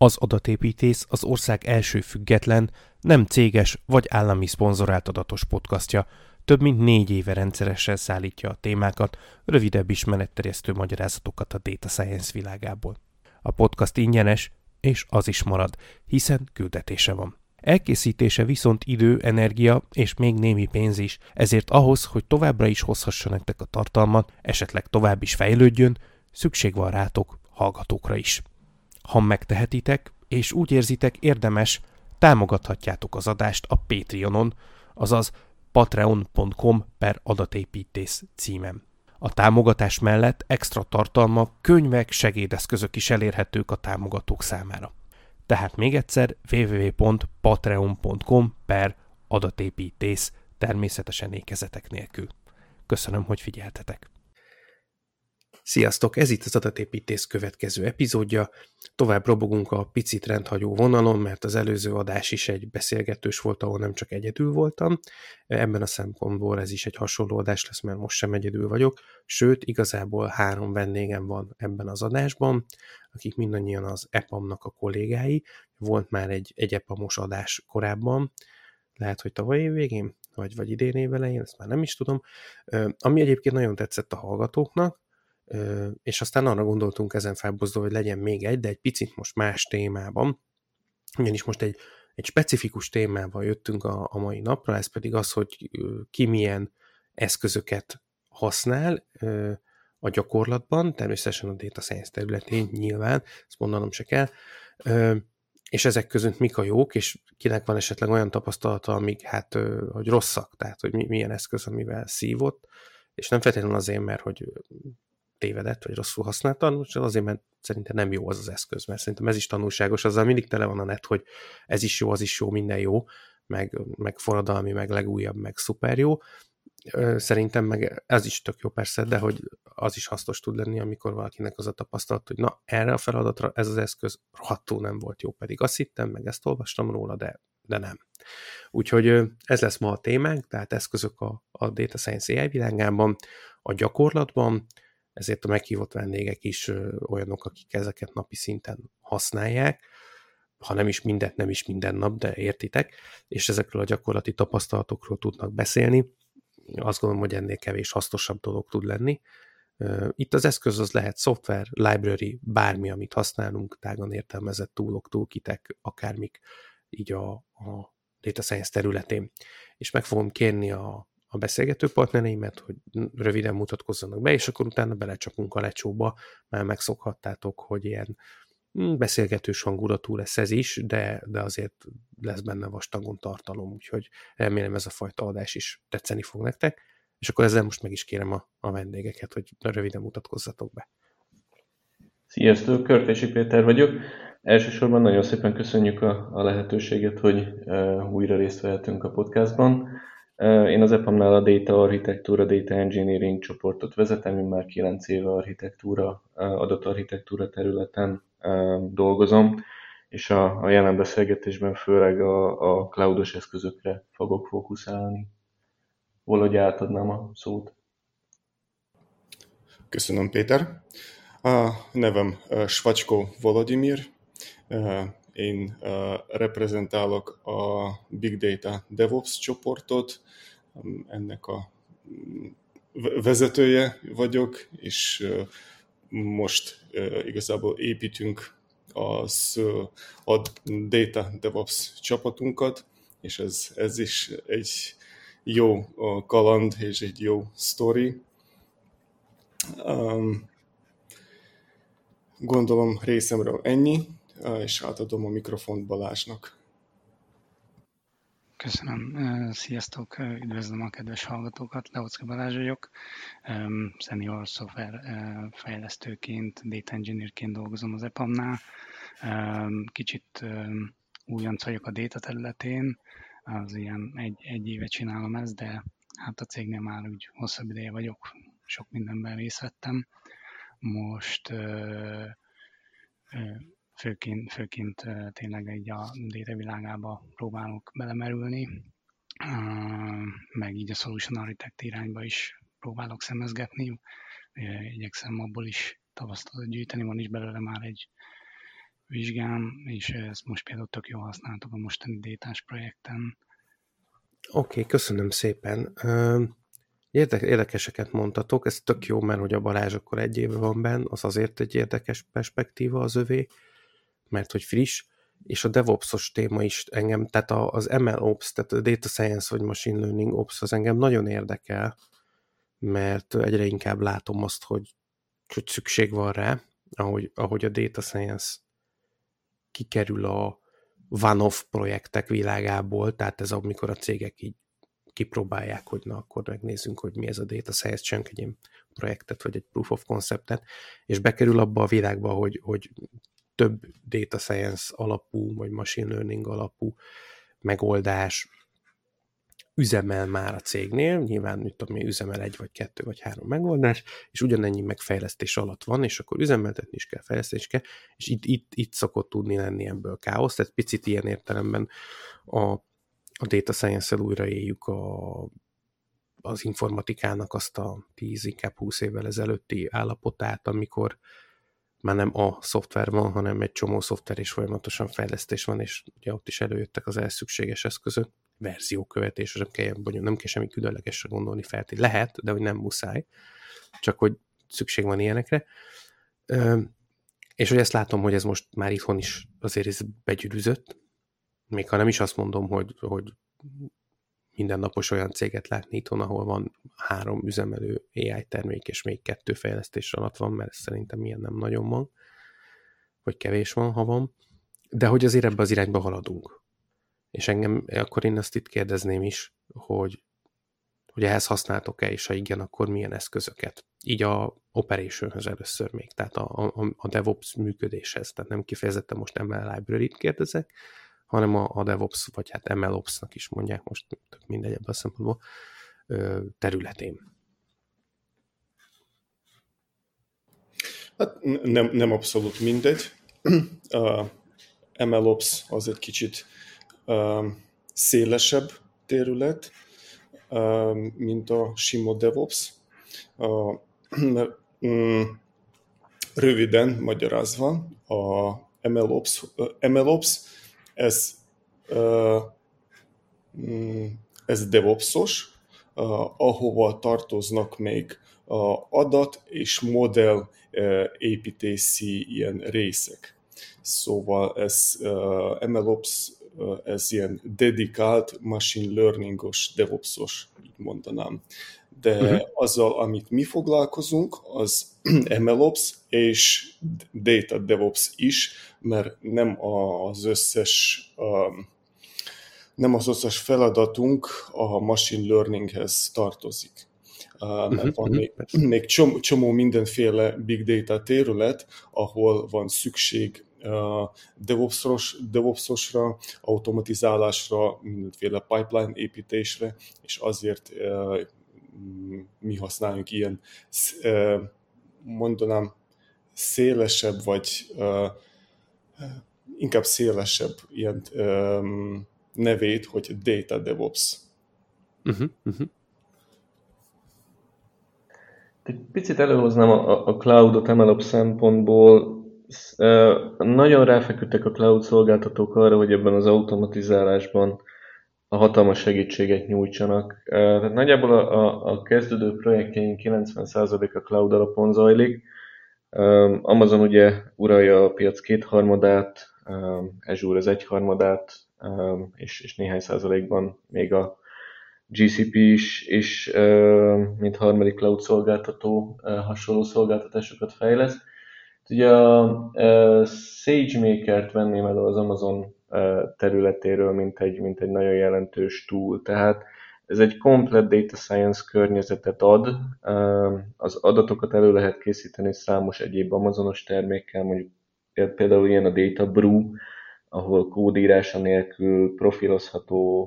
Az Adatépítész az ország első független, nem céges vagy állami szponzorált adatos podcastja. Több mint 4 éve rendszeresen szállítja a témákat, rövidebb ismeretterjesztő magyarázatokat a data science világából. A podcast ingyenes, és az is marad, hiszen küldetése van. Elkészítése viszont idő, energia és még némi pénz is, ezért ahhoz, hogy továbbra is hozhassa nektek a tartalmat, esetleg tovább is fejlődjön, szükség van rátok, hallgatókra is. Ha megtehetitek, és úgy érzitek érdemes, támogathatjátok az adást a Patreonon, azaz patreon.com/adatépítész címen. A támogatás mellett extra tartalmak, könyvek, segédeszközök is elérhetők a támogatók számára. Tehát még egyszer www.patreon.com/adatépítész, természetesen ékezetek nélkül. Köszönöm, hogy figyeltetek! Sziasztok! Ez itt az Adatépítész következő epizódja. Tovább robogunk a picit rendhagyó vonalon, mert az előző adás is egy beszélgetős volt, ahol nem csak egyedül voltam. Ebben a szempontból ez is egy hasonló adás lesz, mert most sem egyedül vagyok. Sőt, igazából 3 vendégem van ebben az adásban, akik mindannyian az EPAM-nak a kollégái. Volt már egy EPAM-os adás korábban, lehet, hogy tavaly év végén, vagy idén év elején, ezt már nem is tudom. Ami egyébként nagyon tetszett a hallgatóknak, és aztán arra gondoltunk ezen felbozdó, hogy legyen még egy, de egy picit most más témában, ugyanis most egy specifikus témával jöttünk a mai napra, ez pedig az, hogy ki milyen eszközöket használ a gyakorlatban, természetesen a data science területén nyilván, ezt mondanom se kell, és ezek között mik a jók, és kinek van esetleg olyan tapasztalata, amik hogy rosszak, tehát hogy milyen eszköz, amivel szívott, és nem feltétlenül azért, mert hogy tévedett, vagy rosszul használta, csak azért, mert szerintem nem jó az az eszköz, mert szerintem ez is tanulságos, azzal mindig tele van a net, hogy ez is jó, az is jó, minden jó, meg forradalmi, meg legújabb, meg szuper jó. Szerintem meg ez is tök jó persze, de hogy az is hasznos tud lenni, amikor valakinek az a tapasztalat, hogy na, erre a feladatra ez az eszköz rohadtul nem volt jó, pedig azt hittem, meg ezt olvastam róla, de nem. Úgyhogy ez lesz ma a témánk, tehát eszközök a Data Science AI világában, a gyakorlatban, ezért a meghívott vendégek is olyanok, akik ezeket napi szinten használják, ha nem is minden nap, de értitek, és ezekről a gyakorlati tapasztalatokról tudnak beszélni. Azt gondolom, hogy ennél kevés hasznosabb dolog tud lenni. Itt az eszköz az lehet szoftver, library, bármi, amit használunk, tágan értelmezett toolok, toolkitek, akármik így a data science területén. És meg fogom kérni a beszélgető partnereimet, hogy röviden mutatkozzanak be, és akkor utána belecsapunk a lecsóba, már megszokhattátok, hogy ilyen beszélgetős hangulatú lesz ez is, de azért lesz benne vastagon tartalom, úgyhogy remélem ez a fajta adás is tetszeni fog nektek, és akkor ezzel most meg is kérem a vendégeket, hogy röviden mutatkozzatok be. Sziasztok, Körtési Péter vagyok. Elsősorban nagyon szépen köszönjük a lehetőséget, hogy újra részt vehetünk a podcastban. Én az EPAM-nál a Data Architectura, Data Engineering csoportot vezetem, én már 9 éve adatarchitektúra területen dolgozom, és a jelen beszélgetésben főleg a cloudos eszközökre fogok fókuszálni. Valahogy átadnám a szót. Köszönöm, Péter. A nevem Svacsko Volodymyr. Én reprezentálok a Big Data DevOps csoportot, ennek a vezetője vagyok, és most igazából építünk a Data DevOps csapatunkat, és ez is egy jó kaland és egy jó sztori. Gondolom részemről ennyi, és átadom a mikrofont Balázsnak. Köszönöm. Sziasztok, üdvözlöm a kedves hallgatókat, Leocka Balázs vagyok. Senior szoftver fejlesztőként, data engineerként dolgozom az EPAM-nál. Kicsit újonc vagyok a data területén, az ilyen egy éve csinálom ezt, de hát a cégnél már úgy hosszabb ideje vagyok, sok mindenben részt vettem. Most főként tényleg egy a data világába próbálok belemerülni, meg így a solution architect irányba is próbálok szemezgetni. Igyekszem abból is tapasztalatot gyűjteni, van is belőle már egy vizsgám, és ezt most például tök jól használtuk a mostani Détás projekten. Oké, köszönöm szépen. Érdekeseket mondtatok, ez tök jó, mert hogy a Balázs akkor 1 éve van benn, az azért egy érdekes perspektíva az övé, mert hogy friss, és a DevOps-os téma is engem, tehát az MLOps, tehát a Data Science vagy Machine Learning Ops az engem nagyon érdekel, mert egyre inkább látom azt, hogy szükség van rá, ahogy a Data Science kikerül a one-off projektek világából, tehát ez amikor a cégek így kipróbálják, hogy na, akkor megnézzünk, hogy mi ez a Data Science, csinálunk egy ilyen projektet, vagy egy Proof of Conceptet, és bekerül abba a világba, hogy több Data Science alapú, vagy Machine Learning alapú megoldás üzemel már a cégnél, nyilván mit tudom én, üzemel 1 vagy 2 vagy 3 megoldás, és ugyanennyi megfejlesztés alatt van, és akkor üzemeltetni is kell, fejleszteni is kell, és itt szokott tudni lenni ebből káosz, tehát picit ilyen értelemben a Data Science-el újra éljük az informatikának azt a 10, inkább 20 évvel ezelőtti állapotát, amikor már nem a szoftver van, hanem egy csomó szoftver és folyamatosan fejlesztés van, és ugye ott is előjöttek az elszükséges eszközök, verziókövetés, nem kell semmi különlegesre gondolni feltétlenül. Lehet, de hogy nem muszáj, csak hogy szükség van ilyenekre. És hogy ezt látom, hogy ez most már itthon is azért ez begyűrűzött, még ha nem is azt mondom, hogy mindennapos olyan céget látni itthon, ahol van 3 üzemelő AI termék, és még 2 fejlesztés alatt van, mert szerintem ilyen nem nagyon van, vagy kevés van, ha van, de hogy azért ebbe az irányba haladunk. És engem, akkor én azt itt kérdezném is, hogy ehhez használtok-e, és ha igen, akkor milyen eszközöket? Így a operationhöz először még, tehát a DevOps működéshez, tehát nem kifejezetten most ML library-t kérdezek, hanem a DevOps, vagy hát MLOps-nak is mondják most, tök mindegy ebben a szempontból, területén. Hát nem abszolút mindegy. A MLOps az egy kicsit szélesebb terület, mint a sima DevOps. Röviden magyarázva, a MLOps ez DevOps-os, ahova tartoznak még adat és modell építési ilyen részek. Szóval ez MLOps, ez ilyen dedikált machine learning-os, DevOps-os, így mondanám. De azzal, amit mi foglalkozunk, az MLOps és Data DevOps is, mert nem az összes feladatunk a machine learninghez tartozik. Mert van még mindenféle big data terület, ahol van szükség DevOps-osra, automatizálásra, mindenféle pipeline építésre, és azért mi használjuk ilyen, mondanám, szélesebb, vagy inkább szélesebb ilyen nevét, hogy Data DevOps. Egy picit előhoznám a cloudot MLOps szempontból. Nagyon ráfeküdtek a cloud szolgáltatók arra, hogy ebben az automatizálásban a hatalmas segítséget nyújtsanak. Tehát nagyjából a kezdődő projektjeink 90%-a cloud alapon zajlik. Amazon ugye uralja a piac 2/3, Azure az 1/3, és néhány százalékban még a GCP is mint harmadik cloud szolgáltató hasonló szolgáltatásokat fejleszt. Ugye a SageMaker-t venném elő az Amazon területéről, mint egy nagyon jelentős tool. Tehát ez egy komplett data science környezetet ad. Az adatokat elő lehet készíteni számos egyéb Amazonos termékkel, mondjuk például ilyen a Databrew, ahol kódírása nélkül profilozható,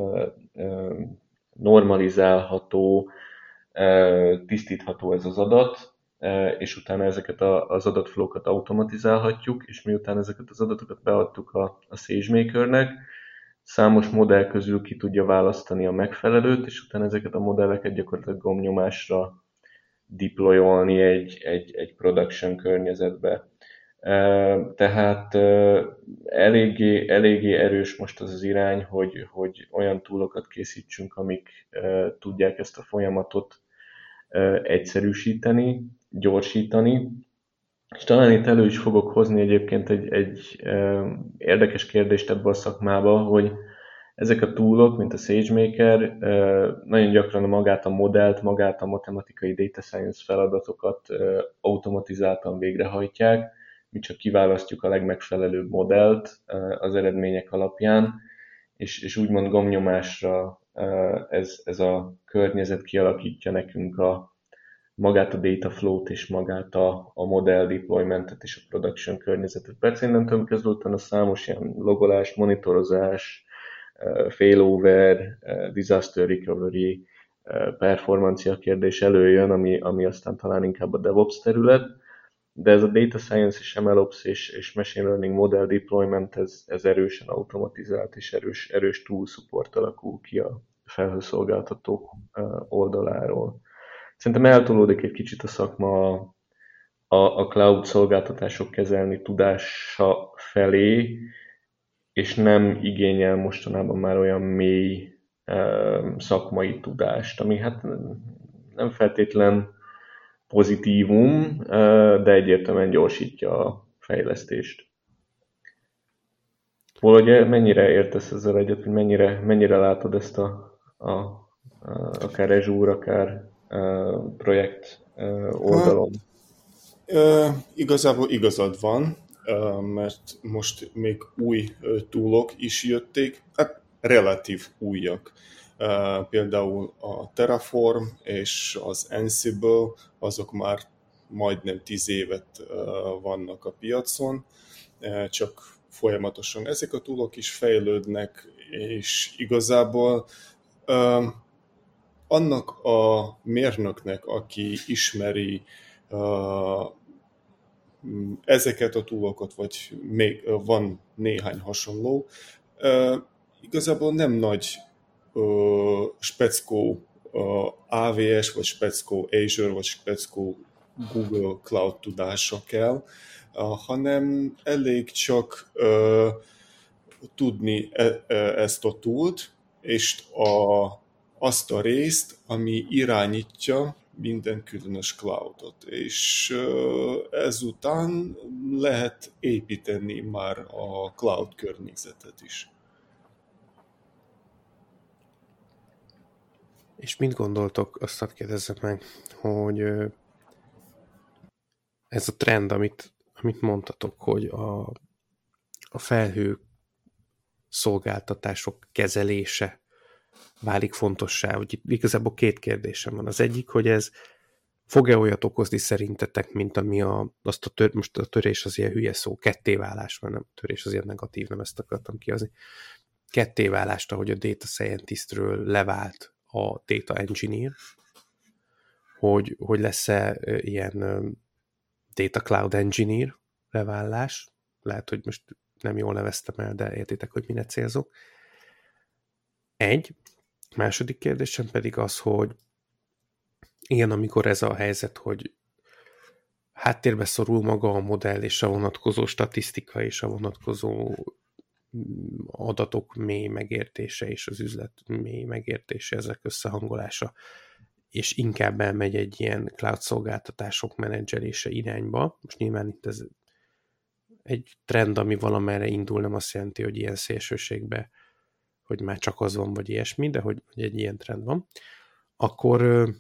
normalizálható, tisztítható ez az adat, és utána ezeket az adatflókat automatizálhatjuk, és miután ezeket az adatokat beadtuk a SageMaker-nek, számos modell közül ki tudja választani a megfelelőt, és utána ezeket a modelleket gyakorlatilag gombnyomásra deployolni egy production környezetbe. Tehát eléggé erős most az irány, hogy olyan túlokat készítsünk, amik tudják ezt a folyamatot egyszerűsíteni, gyorsítani. És talán itt elő is fogok hozni egyébként egy érdekes kérdést ebbe a szakmába, hogy ezek a toolok, mint a SageMaker, nagyon gyakran magát a modellt, magát a matematikai data science feladatokat automatizáltan végrehajtják. Mi csak kiválasztjuk a legmegfelelőbb modellt az eredmények alapján, és úgymond gomnyomásra ez a környezet kialakítja nekünk magát a data flow-t és magát a model deploymentet és a production környezetet. Persze innentől kezdve utána számos ilyen logolás, monitorozás, failover, disaster recovery, performancia kérdés előjön, ami aztán talán inkább a DevOps terület, de ez a data science és MLOps és machine learning model deployment, ez erősen automatizált és erős tool support alakul ki a felhőszolgáltatók oldaláról. Szerintem eltolódik egy kicsit a szakma a cloud szolgáltatások kezelni tudása felé, és nem igényel mostanában már olyan mély szakmai tudást, ami hát nem feltétlen pozitívum, de egyértelműen gyorsítja a fejlesztést. Valahogy mennyire értesz ezzel egyet, hogy mennyire látod ezt akár Azure, akár projekt oldalon? Igazából igazad van, mert most még új toolok is jöttek, hát relatív újak. Például a Terraform és az Ansible, azok már majdnem 10 évet vannak a piacon, csak folyamatosan ezek a toolok is fejlődnek, és igazából annak a mérnöknek, aki ismeri ezeket a toolokat, vagy még van néhány hasonló, igazából nem nagy speckó AWS, vagy speckó Azure, vagy speckó Google Cloud tudása kell, hanem elég csak tudni ezt a toolt, és azt a részt, ami irányítja minden különös cloudot, és ezután lehet építeni már a cloud környezetet is. És mit gondoltok, azt hadd kérdezzem meg, hogy ez a trend, amit mondtatok, hogy a felhő szolgáltatások kezelése válik fontossá, hogy itt igazából két kérdésem van. Az egyik, hogy ez fog-e olyat okozni szerintetek, mint ami most a törés az ilyen hülye szó, kettéválás, vagy nem, törés az ilyen negatív, nem ezt akartam kihozni, kettéválást, ahogy a data scientistről levált a data engineer, hogy lesz-e ilyen data cloud engineer leválás, lehet, hogy most nem jól neveztem el, de értitek, hogy mire célzok. Második kérdésem pedig az, hogy igen, amikor ez a helyzet, hogy háttérbe szorul maga a modell és a vonatkozó statisztika és a vonatkozó adatok mély megértése és az üzlet mély megértése, ezek összehangolása, és inkább elmegy egy ilyen cloud szolgáltatások menedzselése irányba. Most nyilván itt ez egy trend, ami valamerre indul, nem azt jelenti, hogy ilyen szélsőségbe, hogy már csak az van, vagy ilyesmi, de hogy egy ilyen trend van, akkor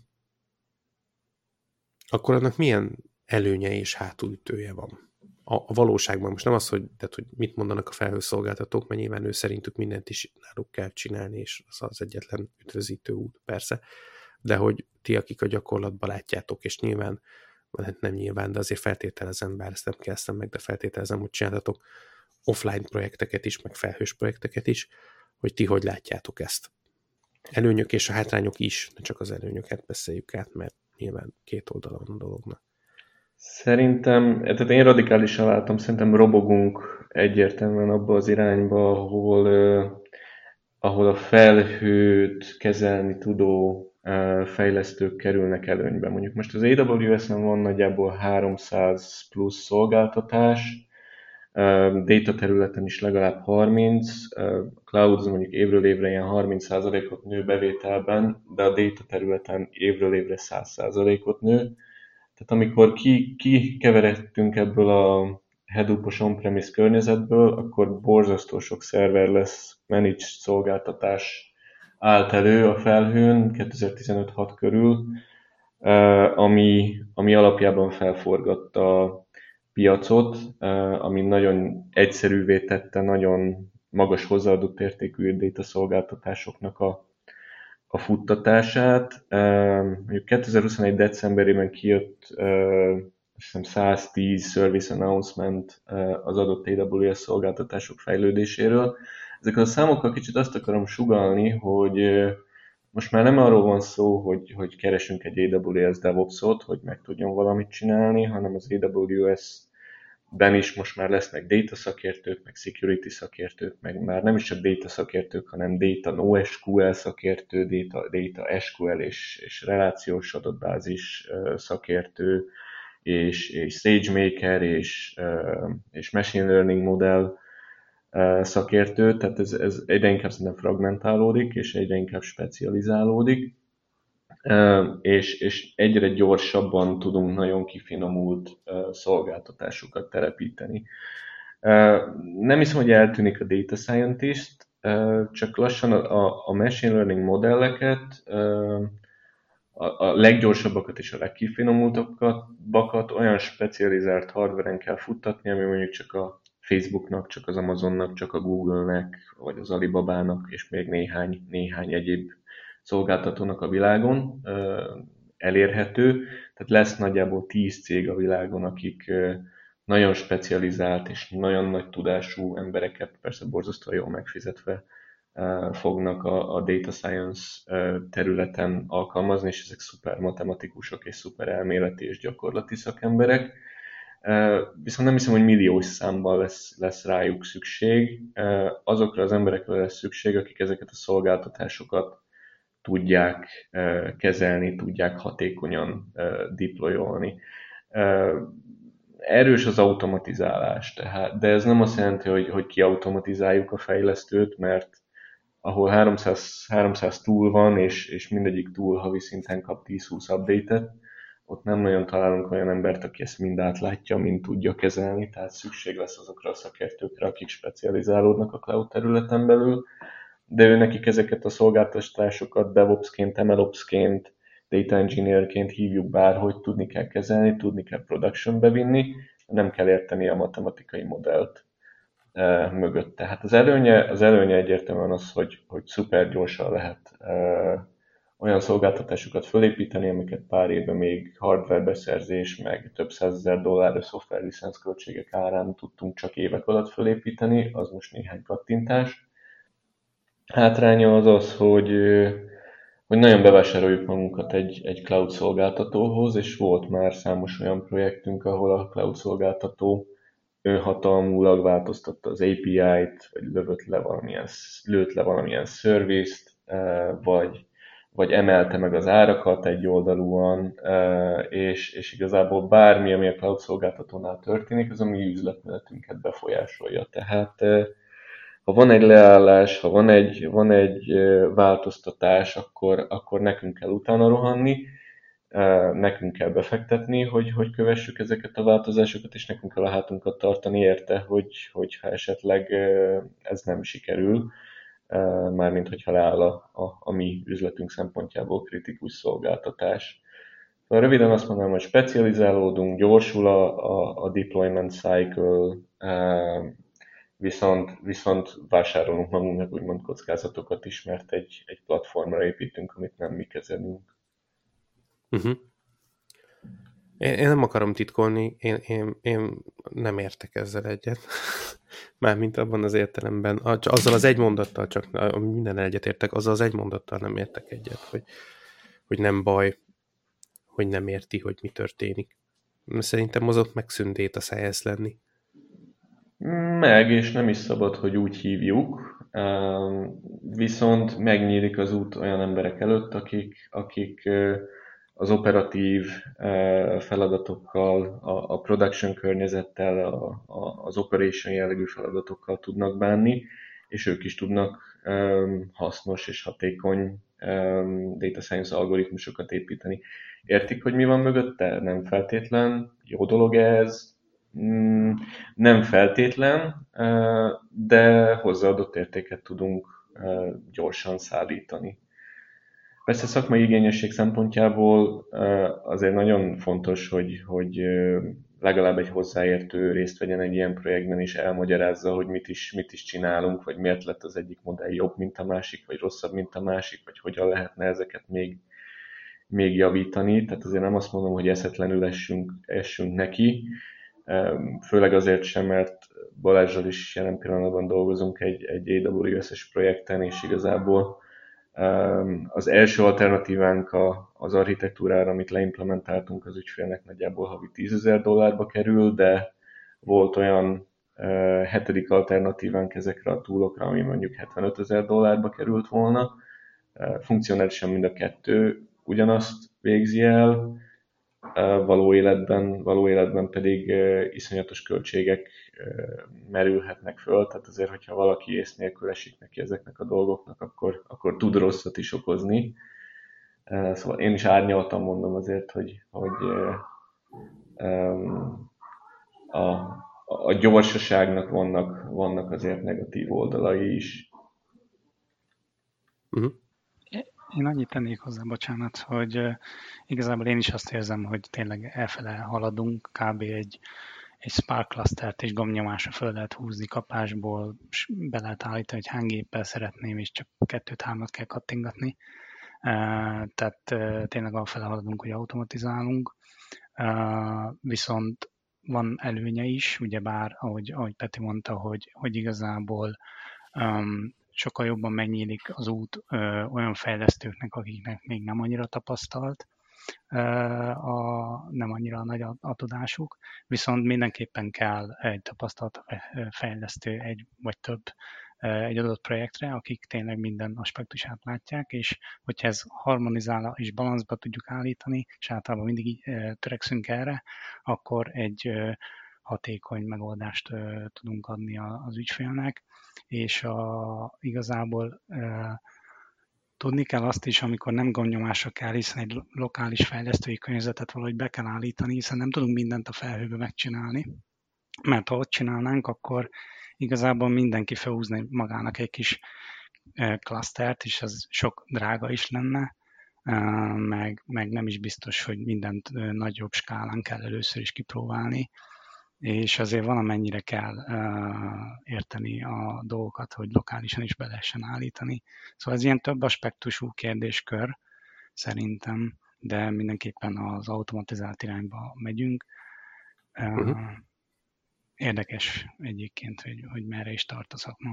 annak milyen előnye és hátulütője van? A valóságban most nem az, hogy mit mondanak a felhőszolgáltatók, mert nyilván ő szerintük mindent is náluk kell csinálni, és az egyetlen üdvözítő út, persze, de hogy ti, akik a gyakorlatban látjátok, és nyilván, nem nyilván, de azért feltételezem, bár ezt nem kezdtem meg, de feltételezem, hogy csináltatok offline projekteket is, meg felhős projekteket is, hogy ti hogy látjátok ezt. Előnyök és a hátrányok is, ne csak az előnyöket beszéljük át, mert nyilván két oldala van a dolognak. Szerintem, tehát én radikálisan látom, szerintem robogunk egyértelműen abba az irányba, ahol ahol a felhőt kezelni tudó fejlesztők kerülnek előnybe. Mondjuk most az AWS-en van nagyjából 300 plusz szolgáltatás, data területen is legalább 30, cloud mondjuk évről évre ilyen 30%-ot nő bevételben, de a data területen évről évre 100%-ot nő. Tehát amikor kikeveredtünk ebből a Hadoop-os on-premise környezetből, akkor borzasztó sok szerverless managed szolgáltatás állt elő a felhőn 2015-6 körül, ami alapjában felforgatta a piacot, ami nagyon egyszerűvé tette, nagyon magas hozzáadott értékű data szolgáltatásoknak a futtatását. Mondjuk 2021. decemberében kijött azt hiszem 110 service announcement az adott AWS szolgáltatások fejlődéséről. Ezekkel a számokkal kicsit azt akarom sugallni, hogy most már nem arról van szó, hogy keresünk egy AWS DevOps-ot, hogy meg tudjon valamit csinálni, hanem az AWS-ben is most már lesznek data szakértők, meg security szakértők, meg már nem is csak data szakértők, hanem data NoSQL szakértő, data SQL és relációs adatbázis szakértő, és SageMaker és Machine Learning modell szakértő, tehát ez egyre inkább szerintem fragmentálódik, és egyre inkább specializálódik, és egyre gyorsabban tudunk nagyon kifinomult szolgáltatásokat telepíteni. Nem hiszem, hogy eltűnik a data scientist, csak lassan a machine learning modelleket, a leggyorsabbakat és a legkifinomultabbakat olyan specializált hardveren kell futtatni, ami mondjuk csak a Facebooknak, csak az Amazonnak, csak a Googlenek, vagy az Alibabának, és még néhány egyéb szolgáltatónak a világon elérhető. Tehát lesz nagyjából 10 cég a világon, akik nagyon specializált és nagyon nagy tudású embereket, persze borzasztóan jól megfizetve fognak a data science területen alkalmazni, és ezek szuper matematikusok és szuper elméleti és gyakorlati szakemberek. Viszont nem hiszem, hogy milliós számban lesz rájuk szükség. Azokra az emberekre lesz szükség, akik ezeket a szolgáltatásokat tudják kezelni, tudják hatékonyan deployolni. Erős az automatizálás, de ez nem azt jelenti, hogy kiautomatizáljuk a fejlesztőt, mert ahol 300 tool van, és mindegyik tool havi szinten kap 10-20 update-et, ott nem nagyon találunk olyan embert, aki ezt mind átlátja, mind tudja kezelni, tehát szükség lesz azokra a szakértőkre, akik specializálódnak a cloud területen belül, de ő nekik ezeket a szolgáltatásokat DevOps-ként, MLOps-ként, Data Engineer-ként hívjuk bárhogy, tudni kell kezelni, tudni kell productionbe vinni, nem kell érteni a matematikai modellt mögött. Tehát az előnye egyértelműen az, hogy szuper gyorsan lehet olyan szolgáltatásokat fölépíteni, amiket pár évben még hardware beszerzés, meg több $100,000 szoftver licenc költségek árán tudtunk csak évek alatt fölépíteni, az most néhány kattintás. Hátránya az, hogy nagyon bevásároljuk magunkat egy cloud szolgáltatóhoz, és volt már számos olyan projektünk, ahol a cloud szolgáltató önhatalmulag változtatta az API-t, vagy lőtt le valamilyen service-t, vagy emelte meg az árakat egyoldalúan, és igazából bármi, ami a cloud szolgáltatónál történik, az a mi üzletmenetünket befolyásolja. Tehát ha van egy leállás, ha van egy változtatás, akkor nekünk kell utána rohanni, nekünk kell befektetni, hogy kövessük ezeket a változásokat, és nekünk kell a hátunkat tartani érte, hogyha esetleg ez nem sikerül, mármint hogyha leáll a mi üzletünk szempontjából kritikus szolgáltatás. Röviden azt mondanám, hogy specializálódunk, gyorsul a deployment cycle, viszont vásárolunk magunknak úgymond kockázatokat is, mert egy platformra építünk, amit nem mi kezelünk. Uh-huh. Én nem akarom titkolni, én nem értek ezzel egyet. Mármint abban az értelemben, azzal az egy mondattal csak, minden egyet értek, azzal az egy mondattal nem értek egyet, hogy nem baj, hogy nem érti, hogy mi történik. Szerintem az ott megszűnt data science lenni. Meg, és nem is szabad, hogy úgy hívjuk. viszont megnyílik az út olyan emberek előtt, akik az operatív feladatokkal, a production környezettel, az operation jellegű feladatokkal tudnak bánni, és ők is tudnak hasznos és hatékony data science algoritmusokat építeni. Értik, hogy mi van mögötte? Nem feltétlen. Jó dolog ez? Nem feltétlen, de hozzáadott értéket tudunk gyorsan szállítani. Persze szakmai igényesség szempontjából azért nagyon fontos, hogy legalább egy hozzáértő részt vegyen egy ilyen projektben, és elmagyarázza, hogy mit is csinálunk, vagy miért lett az egyik modell jobb, mint a másik, vagy rosszabb, mint a másik, vagy hogyan lehetne ezeket még javítani. Tehát azért nem azt mondom, hogy eszetlenül essünk neki, főleg azért sem, mert Balázsral is jelen pillanatban dolgozunk egy AWS-es projekten, és igazából az első alternatívánk az architektúrára, amit leimplementáltunk az ügyfélnek, nagyjából havi $10,000 kerül, de volt olyan hetedik alternatívánk ezekre a túlokra, ami mondjuk $75,000 került volna. Funkcionálisan mind a kettő ugyanazt végzi el, való életben pedig iszonyatos költségek merülhetnek föl, tehát azért, hogyha valaki ész nélkül esik neki ezeknek a dolgoknak, akkor tud rosszat is okozni. Szóval én is árnyaltan mondom azért, hogy a gyorsaságnak vannak azért negatív oldalai is. Uh-huh. Én annyit tennék hozzá, bocsánat, hogy igazából én is azt érzem, hogy tényleg elfele haladunk, kb. Egy Spark clustert és gombnyomásra föl lehet húzni kapásból, és be lehet állítani, hogy hány géppel szeretném, és csak 2-3-at kell kattingatni. Tehát tényleg alfele haladunk, hogy automatizálunk. Viszont van előnye is, ugyebár, ahogy Peti mondta, hogy igazából sokkal jobban megnyílik az út olyan fejlesztőknek, akiknek még nem annyira tapasztalt, nem annyira nagy a tudásuk, viszont mindenképpen kell egy tapasztalt fejlesztő, egy vagy több egy adott projektre, akik tényleg minden aspektusát látják, és hogyha ez harmonizál és balanszba tudjuk állítani, és általában mindig így törekszünk erre, akkor egy hatékony megoldást tudunk adni az ügyfélnek, és igazából tudni kell azt is, amikor nem gombnyomásra kell, hiszen egy lokális fejlesztői környezetet valahogy be kell állítani, hiszen nem tudunk mindent a felhőbe megcsinálni, mert ha ott csinálnánk, akkor igazából mindenki felhúzna magának egy kis klasztert, és ez sok drága is lenne, meg nem is biztos, hogy mindent nagyobb skálán kell először is kipróbálni, és azért valamennyire kell érteni a dolgokat, hogy lokálisan is be lehessen állítani. Szóval ez ilyen több aspektusú kérdéskör szerintem, de mindenképpen az automatizált irányba megyünk. Érdekes egyébként, hogy merre is tart a szakma.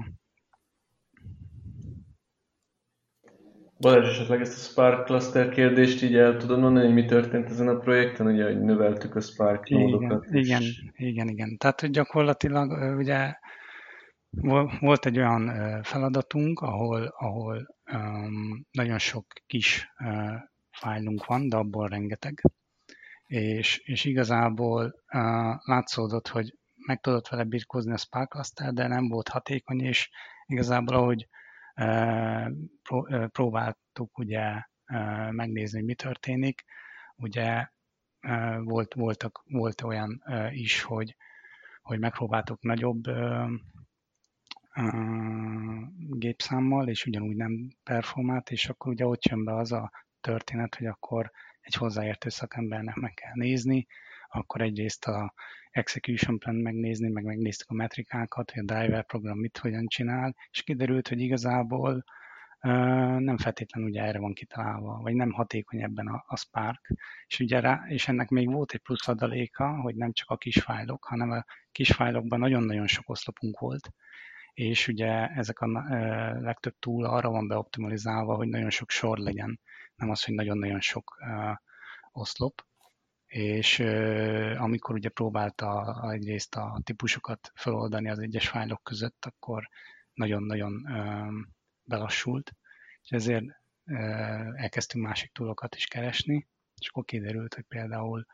Balázs, esetleg ezt a Spark cluster kérdést így el tudod mondani, hogy mi történt ezen a projekten, ugye, hogy növeltük a Spark nódokat. Igen. Tehát hogy gyakorlatilag ugye volt egy olyan feladatunk, ahol nagyon sok kis fájlunk van, de abból rengeteg. És igazából látszódott, hogy meg tudott vele birkózni a Spark cluster, de nem volt hatékony, és igazából ahogy próbáltuk ugye megnézni, mi történik, ugye volt olyan is, hogy megpróbáltuk nagyobb gépszámmal, és ugyanúgy nem performált, és akkor ugye ott jön be az a történet, hogy akkor egy hozzáértő szakembernek meg kell nézni, akkor egyrészt a execution plan megnézni, meg megnéztük a metrikákat, hogy a driver program hogyan csinál, és kiderült, hogy igazából nem feltétlenül ugye erre van kitalálva, vagy nem hatékony ebben a Spark, és ugye és ennek még volt egy plusz adaléka, hogy nem csak a kis fájlok, hanem a kis fájlokban nagyon-nagyon sok oszlopunk volt, és ugye ezek a legtöbb tool arra van beoptimalizálva, hogy nagyon sok sor legyen, nem az, hogy nagyon-nagyon sok oszlop, és amikor ugye próbálta egyrészt a típusokat feloldani az egyes fájlok között, akkor nagyon-nagyon belassult, és ezért elkezdtünk másik túlokat is keresni, és akkor kiderült, hogy például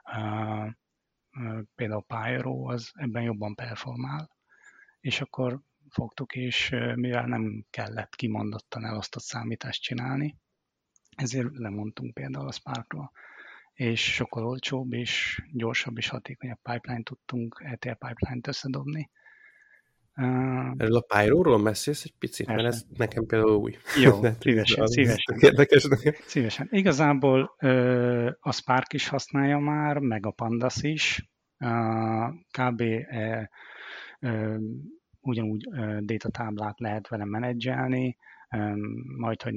Pyro az ebben jobban performál, és akkor fogtuk, és mivel nem kellett kimondottan elosztott számítást csinálni, ezért lemondtunk például a Sparkról, és sokkal olcsóbb, és gyorsabb, és hatékonyabb pipeline tudtunk, ETL pipeline-t összedobni. Erről a Pyro-ról beszélsz egy picit, mert ez nekem például új. Jó, szívesen. Érdekes nekem. Szívesen. Igazából a Spark is használja már, meg a Pandas is. Kb. Ugyanúgy data táblát lehet vele menedzselni, majdhogy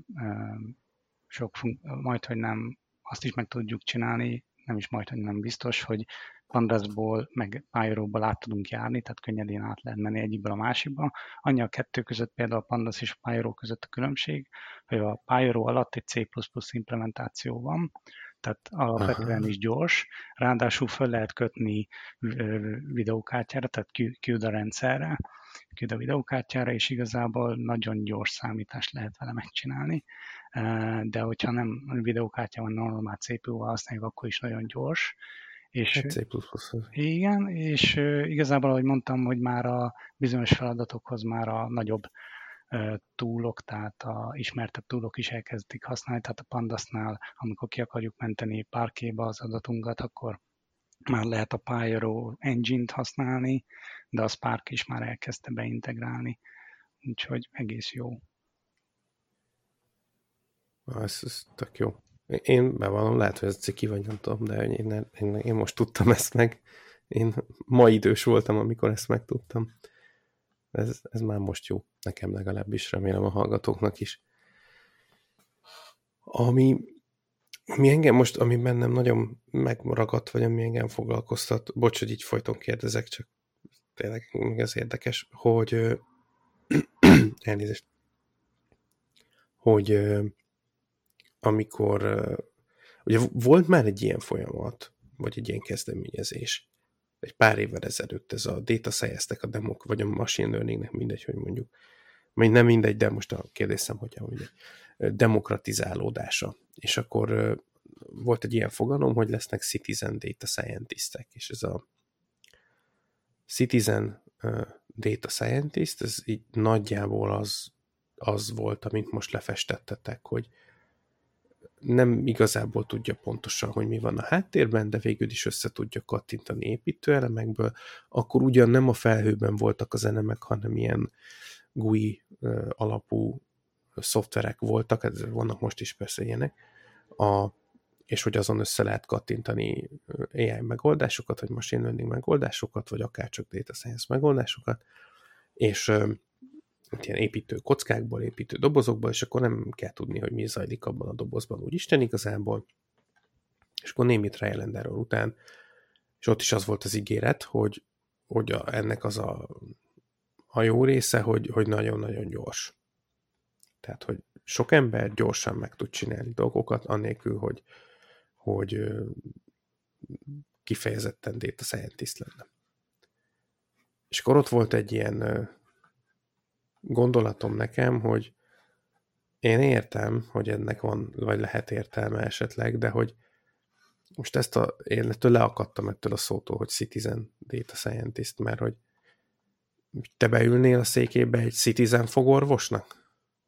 nem azt is meg tudjuk csinálni, nem is majdhogy nem biztos, hogy Pandasból meg Pyro-ból át tudunk járni, tehát könnyedén át lehet menni egyikből a másikba. Annyi a kettő között, például a Pandas és a Pyro között a különbség, hogy a Pyro alatt egy C++ implementáció van, tehát alapvetően is gyors, ráadásul fel lehet kötni videókártyára, tehát CUDA rendszerre, CUDA videókártyára, és igazából nagyon gyors számítást lehet vele megcsinálni, de hogyha nem videókártya van, normál CPU-val használjuk, akkor is nagyon gyors. És, igen, és igazából, ahogy mondtam, hogy már a bizonyos feladatokhoz már a nagyobb túlok, tehát a ismertebb túlok is elkezdik használni, tehát a Pandasnál, amikor ki akarjuk menteni Parquet-ba az adatunkat, akkor már lehet a Pyro engine-t használni, de a Spark is már elkezdte beintegrálni, úgyhogy egész jó. Ez tök jó. Én bevallom, lehet, hogy ez ciki, vagy nem tudom, de én most tudtam ezt meg. Én ma idős voltam, amikor ezt megtudtam. Ez már most jó. Nekem legalábbis, remélem a hallgatóknak is. Ami engem most, ami bennem nagyon megragadt, vagy ami engem foglalkoztat, bocs, hogy így folyton kérdezek, csak tényleg ez érdekes, hogy elnézést, hogy amikor ugye volt már egy ilyen folyamat, vagy egy ilyen kezdeményezés, egy pár évvel ezelőtt ez a data science-nek a demok, vagy a machine learningnek, mindegy, hogy mondjuk, vagy nem mindegy, de most a kérdésem, hogy demokratizálódása. És akkor volt egy ilyen fogalom, hogy lesznek citizen data scientistek, és ez a citizen data scientist, ez így nagyjából az volt, amit most lefestettetek, hogy nem igazából tudja pontosan, hogy mi van a háttérben, de végül is össze tudja kattintani építőelemekből, akkor ugyan nem a felhőben voltak az elemek, hanem ilyen GUI alapú szoftverek voltak, vannak most is persze ilyenek, és hogy azon össze lehet kattintani AI megoldásokat, vagy machine learning megoldásokat, vagy akár csak data science megoldásokat, és ilyen építő kockákból, építő dobozokból, és akkor nem kell tudni, hogy mi zajlik abban a dobozban úgy Isten igazából. És akkor némi trial and error után, és ott is az volt az ígéret, hogy ennek az a jó része, hogy nagyon-nagyon gyors. Tehát, hogy sok ember gyorsan meg tud csinálni dolgokat, annélkül, hogy kifejezetten data scientist lenne. És akkor ott volt egy ilyen gondolatom nekem, hogy én értem, hogy ennek van, vagy lehet értelme esetleg, de hogy most én leakadtam ettől a szótól, hogy citizen data scientist, mert hogy te beülnél a székébe egy citizen fogorvosnak?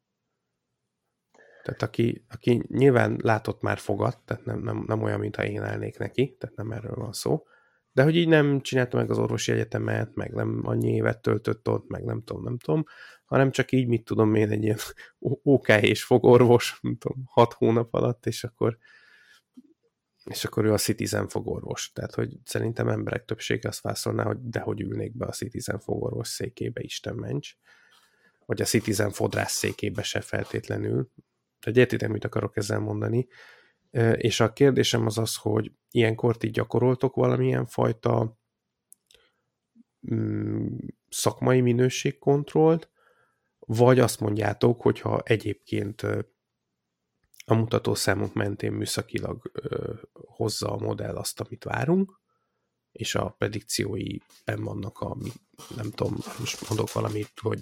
Tehát aki nyilván látott már fogat, tehát nem olyan, mintha én állnék neki, tehát nem erről van szó, de hogy így nem csinálta meg az orvosi egyetemet, meg nem annyi évet töltött ott, meg nem tudom, hanem csak így, mit tudom én, egy ilyen OK és fogorvos, nem tudom, 6 hónap alatt, és akkor ő a citizen fogorvos. Tehát, hogy szerintem emberek többsége azt válaszolná, hogy dehogy ülnék be a citizen fogorvos székébe, Isten ments, vagy a citizen fodrász székébe se feltétlenül. Tehát értitek, mit akarok ezzel mondani. És a kérdésem az, hogy ilyenkor ti gyakoroltok valamilyen fajta szakmai minőségkontrollt, vagy azt mondjátok, hogyha egyébként a mutatószámok mentén műszakilag hozza a modell azt, amit várunk, és a predikciói benn vannak nem tudom, most mondok valamit, hogy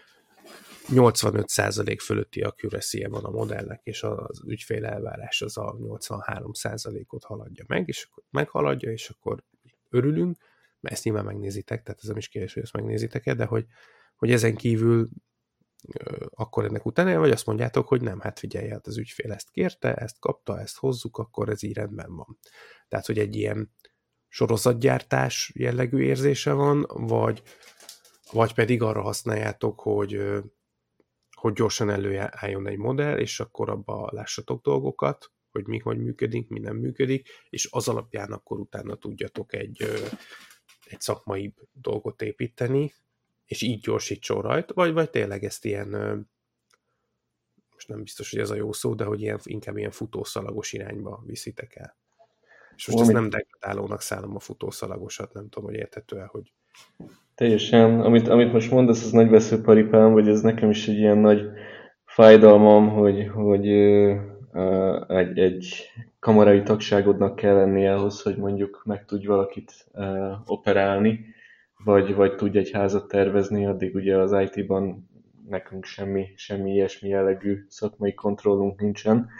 85% fölötti accuracy-je van a modellnek, és az ügyfél elvárás az a 83%-ot haladja meg, és akkor meghaladja, és akkor örülünk, mert ezt nyilván megnézitek, tehát ez nem is kérdés, hogy ezt megnézitek-e, de hogy ezen kívül akkor ennek utána, vagy azt mondjátok, hogy nem, hát figyelj, hát az ügyfél ezt kérte, ezt kapta, ezt hozzuk, akkor ez így rendben van. Tehát, hogy egy ilyen sorozatgyártás jellegű érzése van, vagy pedig arra használjátok, hogy gyorsan előálljon egy modell, és akkor abba lássatok dolgokat, hogy mi hogy működik, mi nem működik, és az alapján akkor utána tudjatok egy szakmai dolgot építeni, és így gyorsítson rajta, vagy tényleg ezt ilyen, most nem biztos, hogy ez a jó szó, de hogy inkább ilyen futószalagos irányba viszitek el. És most ezt nem degradálónak szállom a futószalagosat, nem tudom, hogy érthető-e, hogy... Teljesen. Amit most mondasz, az nagy veszőparipám, vagy ez nekem is egy ilyen nagy fájdalmam, hogy egy kamarai tagságodnak kell lennie ahhoz, hogy mondjuk meg tudj valakit operálni, vagy tudj egy házat tervezni, addig ugye az IT-ban nekünk semmi ilyesmi jellegű szakmai kontrollunk nincsen.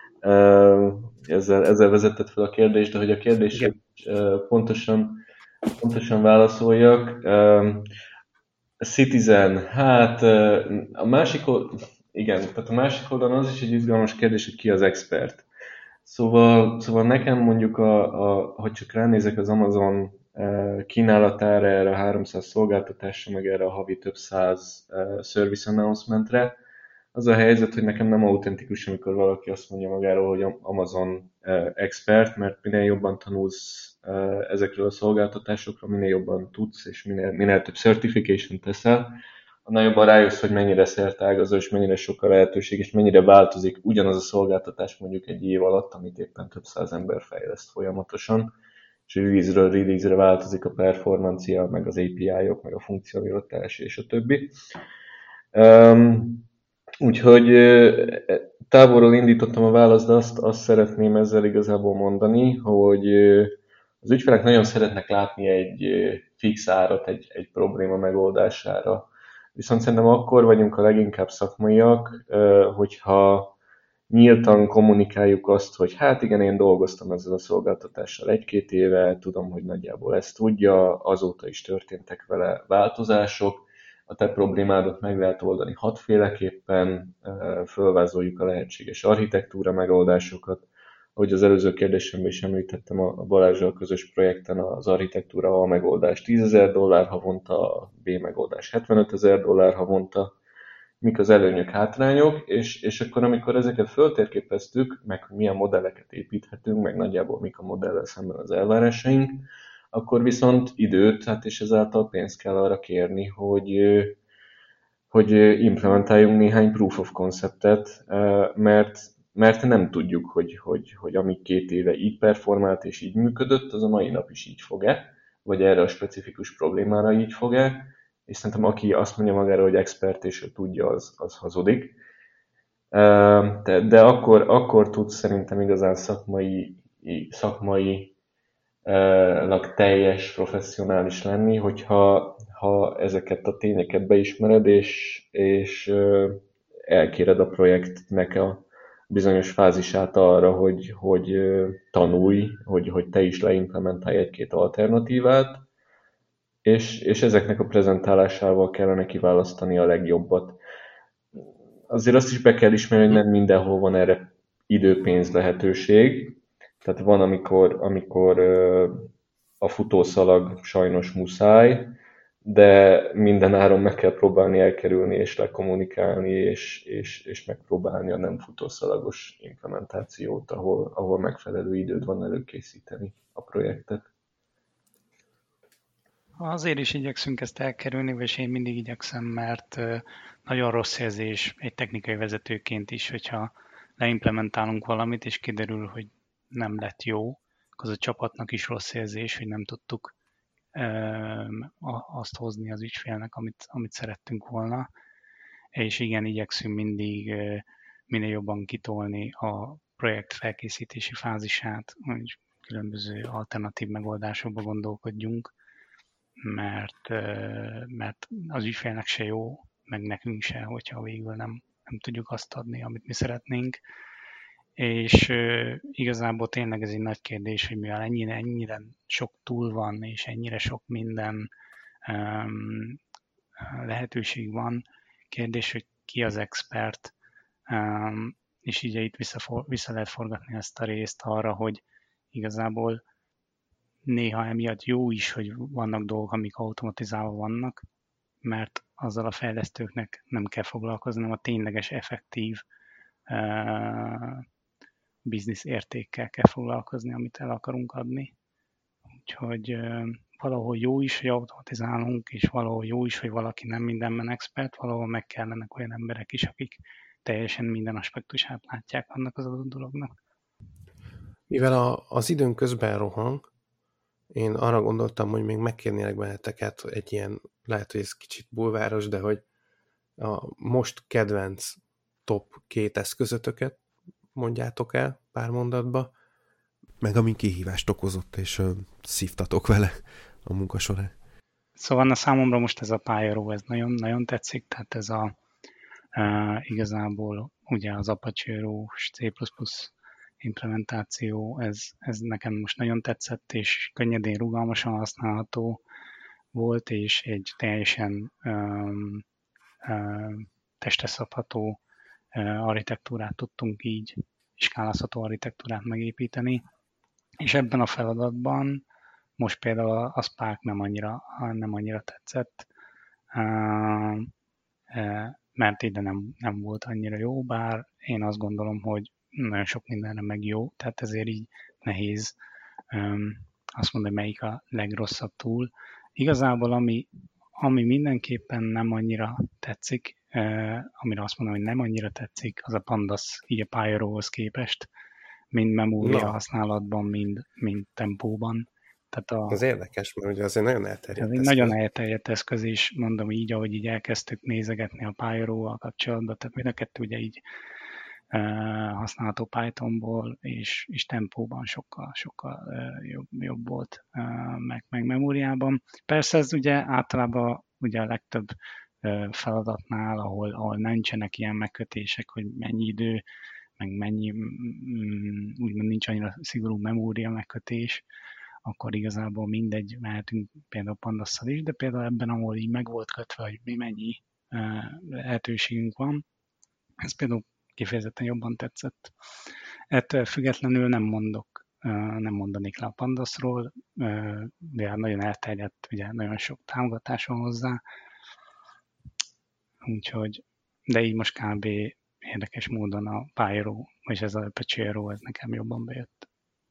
Ezzel vezetett fel a kérdést, de hogy a kérdésre pontosan válaszoljak. Citizen, hát a másik oldalon az is egy izgalmas kérdés, hogy ki az expert. Szóval nekem mondjuk, hogy csak ránézek az Amazon kínálatára, erre a 300 szolgáltatásra, meg erre a havi több száz service announcementre, az a helyzet, hogy nekem nem autentikus, amikor valaki azt mondja magáról, hogy Amazon expert, mert minél jobban tanulsz ezekről a szolgáltatásokról, minél jobban tudsz, és minél több certification teszel, annál jobban rájössz, hogy mennyire szertágazó, és mennyire sok a lehetőség, és mennyire változik ugyanaz a szolgáltatás mondjuk egy év alatt, amit éppen több száz ember fejleszt folyamatosan, és release-ről release-re változik a performancia, meg az API-ok, meg a funkcionalitás, és a többi. Úgyhogy távolról indítottam a választ, de azt szeretném ezzel igazából mondani, hogy az ügyfelek nagyon szeretnek látni egy fix árat egy probléma megoldására. Viszont szerintem akkor vagyunk a leginkább szakmaiak, hogyha nyíltan kommunikáljuk azt, hogy hát igen, én dolgoztam ezzel a szolgáltatással 1-2 éve, tudom, hogy nagyjából ezt tudja, azóta is történtek vele változások, a te problémádat meg lehet oldani 6 féleképpen, fölvázoljuk a lehetséges architektúra megoldásokat. Ahogy az előző kérdésemben is említettem, a Balázsral közös projekten az architektúra A megoldás $10,000 havonta, a B megoldás $75,000 havonta, mik az előnyök, hátrányok, és akkor amikor ezeket föltérképeztük, meg milyen modelleket építhetünk, meg nagyjából mik a modellel szemben az elvárásaink, akkor viszont időt, hát és ezáltal pénzt kell arra kérni, hogy implementáljunk néhány proof of conceptet, mert nem tudjuk, hogy ami 2 éve így performált és így működött, az a mai nap is így fog-e, vagy erre a specifikus problémára így fog-e, és szerintem aki azt mondja magára, hogy expert és ő tudja, az hazudik. De akkor tudsz szerintem igazán szakmailag teljes, professzionális lenni, hogyha ezeket a tényeket beismered, és elkéred a projektnek a bizonyos fázisát arra, hogy tanulj, hogy te is leimplementálj 1-2 alternatívát, és ezeknek a prezentálásával kellene kiválasztani a legjobbat. Azért azt is be kell ismerni, hogy nem mindenhol van erre idő-pénz lehetőség. Tehát van, amikor a futószalag sajnos muszáj, de minden áron meg kell próbálni elkerülni és lekommunikálni, és megpróbálni a nem futószalagos implementációt, ahol megfelelő időd van előkészíteni a projektet. Azért is igyekszünk ezt elkerülni, és én mindig igyekszem, mert nagyon rossz érzés egy technikai vezetőként is, hogyha leimplementálunk valamit, és kiderül, hogy nem lett jó, az a csapatnak is rossz érzés, hogy nem tudtuk azt hozni az ügyfélnek, amit szerettünk volna. És igen, igyekszünk mindig minél jobban kitolni a projekt felkészítési fázisát, hogy különböző alternatív megoldásokba gondolkodjunk, mert az ügyfélnek se jó, meg nekünk se, hogyha végül nem tudjuk azt adni, amit mi szeretnénk. És igazából tényleg ez egy nagy kérdés, hogy mivel ennyire sok túl van, és ennyire sok minden lehetőség van, kérdés, hogy ki az expert, és így itt vissza lehet forgatni ezt a részt arra, hogy igazából néha emiatt jó is, hogy vannak dolgok, amik automatizálva vannak, mert azzal a fejlesztőknek nem kell foglalkozni, hanem a tényleges, effektív biznisz értékkel kell foglalkozni, amit el akarunk adni. Úgyhogy valahol jó is, hogy automatizálunk, és valahol jó is, hogy valaki nem mindenben expert, valahol meg kellenek olyan emberek is, akik teljesen minden aspektusát látják annak az adott dolognak. Mivel az időn közben rohan, én arra gondoltam, hogy még megkérnélek benneteket egy ilyen, lehet, hogy ez kicsit bulváros, de hogy a most kedvenc top 2 eszközötöket mondjátok el pár mondatba, meg ami kihívást okozott, és szívtatok vele a munka során. Szóval számomra most ez a Pyro, ez nagyon tetszik, tehát ez igazából ugye az Apache-ós C++ implementáció, ez nekem most nagyon tetszett, és könnyedén, rugalmasan használható volt, és egy teljesen testre szabható architektúrát tudtunk így, skálázható architektúrát megépíteni, és ebben a feladatban most például a Spark nem annyira tetszett, mert ide nem volt annyira jó, bár én azt gondolom, hogy nagyon sok mindenre meg jó, tehát ezért így nehéz azt mondani, melyik a legrosszabb túl. Igazából ami mindenképpen nem annyira tetszik, amire azt mondom, hogy nem annyira tetszik, az a Pandas így a Pyrohoz képest, mind memória használatban, mind tempóban. Tehát az érdekes, mert ugye azért nagyon elterjedt eszköz. Nagyon elterjedt eszköz, és mondom így, ahogy így elkezdtük nézegetni a Pyro-val kapcsolatban, tehát mind a kettő ugye így használható Pythonból, és tempóban sokkal jobb volt, meg memóriában. Persze ez ugye általában ugye a legtöbb feladatnál, ahol nincsenek ilyen megkötések, hogy mennyi idő, meg mennyi, úgymond nincs annyira szigorú memória megkötés, akkor igazából mindegy, mehetünk például Pandasszal is, de például ebben, ahol így meg volt kötve, hogy mi mennyi lehetőségünk van, ez például kifejezetten jobban tetszett. Ettől függetlenül nem mondanék le a Pandasról, de nagyon elterjedt, ugye nagyon sok támogatás van hozzá, úgyhogy, de így most kb. Érdekes módon a Pyro, és ez a Apache-ro, ez nekem jobban bejött.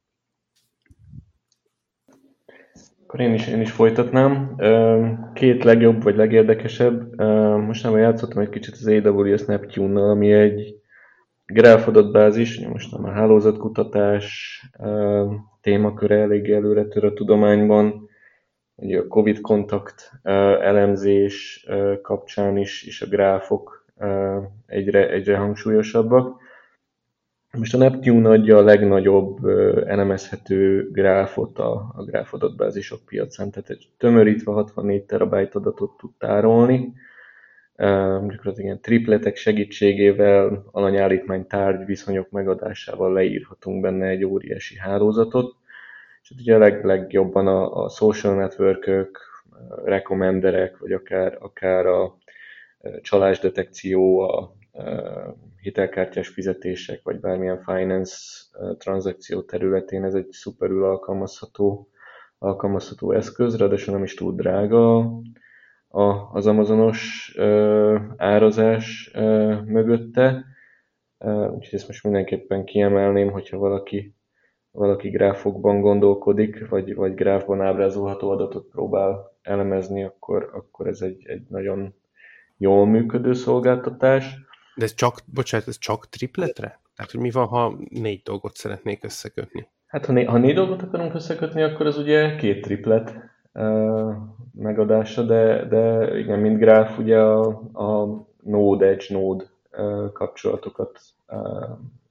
Akkor én is folytatnám. 2 legjobb vagy legérdekesebb. Mostanában játszottam egy kicsit az AWS Neptune-nal, ami egy Graph adatbázis, most a hálózatkutatás témaköre eléggé előre tör a tudományban, ugye a Covid kontakt elemzés kapcsán is a gráfok egyre hangsúlyosabbak. Most a Neptune adja a legnagyobb elemezhető gráfot a gráf adatbázisok piacán, tehát egy tömörítve 64 terabájt adatot tud tárolni. Gyakorlatilag ilyen tripletek segítségével, alanyállítmány tárgy viszonyok megadásával leírhatunk benne egy óriási hálózatot. És ugye a legjobban a social networkök, recommenderek, vagy akár a csalásdetekció, a hitelkártyás fizetések, vagy bármilyen finance tranzakció területén ez egy szuperül alkalmazható eszköz, ráadásul nem is túl drága az Amazonos árazás mögötte. Úgyhogy ezt most mindenképpen kiemelném, hogyha valaki gráfokban gondolkodik, vagy gráfban ábrázolható adatot próbál elemezni, akkor ez egy nagyon jól működő szolgáltatás. De ez csak tripletre? Tehát, hogy mi van, ha 4 dolgot szeretnék összekötni? Hát, ha 4 dolgot akarunk összekötni, akkor az ugye 2 triplet megadása, de igen, mint gráf, ugye a node, edge node kapcsolatokat